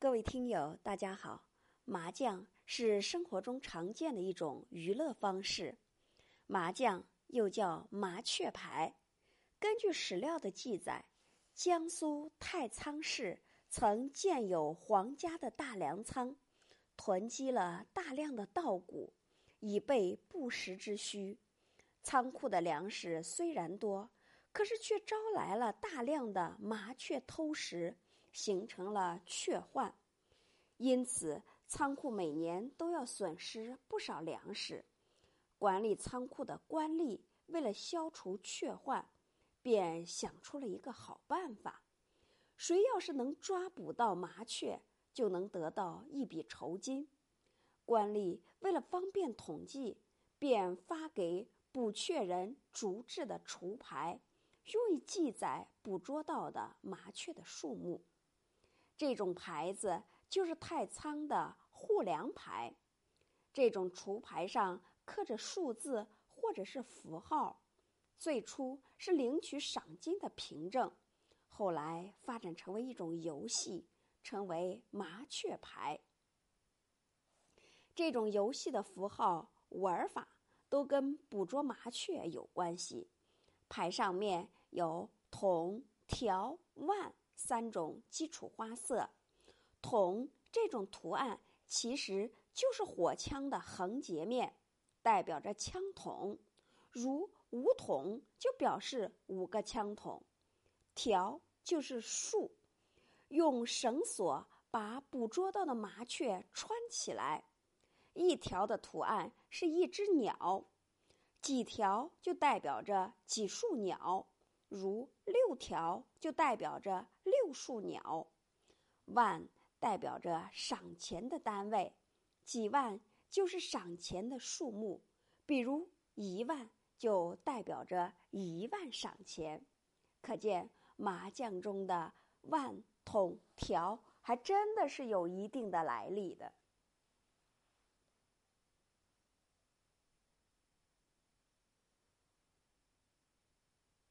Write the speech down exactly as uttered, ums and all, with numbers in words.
各位听友，大家好。麻将是生活中常见的一种娱乐方式，麻将又叫麻雀牌。根据史料的记载，江苏太仓市曾建有皇家的大粮仓，囤积了大量的稻谷，以备不时之需。仓库的粮食虽然多，可是却招来了大量的麻雀偷食，形成了雀患。因此仓库每年都要损失不少粮食。管理仓库的官吏为了消除雀患，便想出了一个好办法：谁要是能抓捕到麻雀，就能得到一笔酬金。官吏为了方便统计，便发给捕雀人竹制的雏牌，用以记载捕捉到的麻雀的数目。这种牌子就是太仓的户粮牌。这种雏牌上刻着数字或者是符号，最初是领取赏金的凭证，后来发展成为一种游戏，称为麻雀牌。这种游戏的符号玩法都跟捕捉麻雀有关系。牌上面有筒、条、腕三种基础花色。筒这种图案其实就是火枪的横截面，代表着枪筒，如五筒就表示五个枪筒。条就是树，用绳索把捕捉到的麻雀穿起来。一条的图案是一只鸟，几条就代表着几束鸟，如六条就代表着六束鸟。万代表着赏钱的单位，几万就是赏钱的数目，比如一万就代表着一万赏钱。可见麻将中的万、筒、条还真的是有一定的来历的。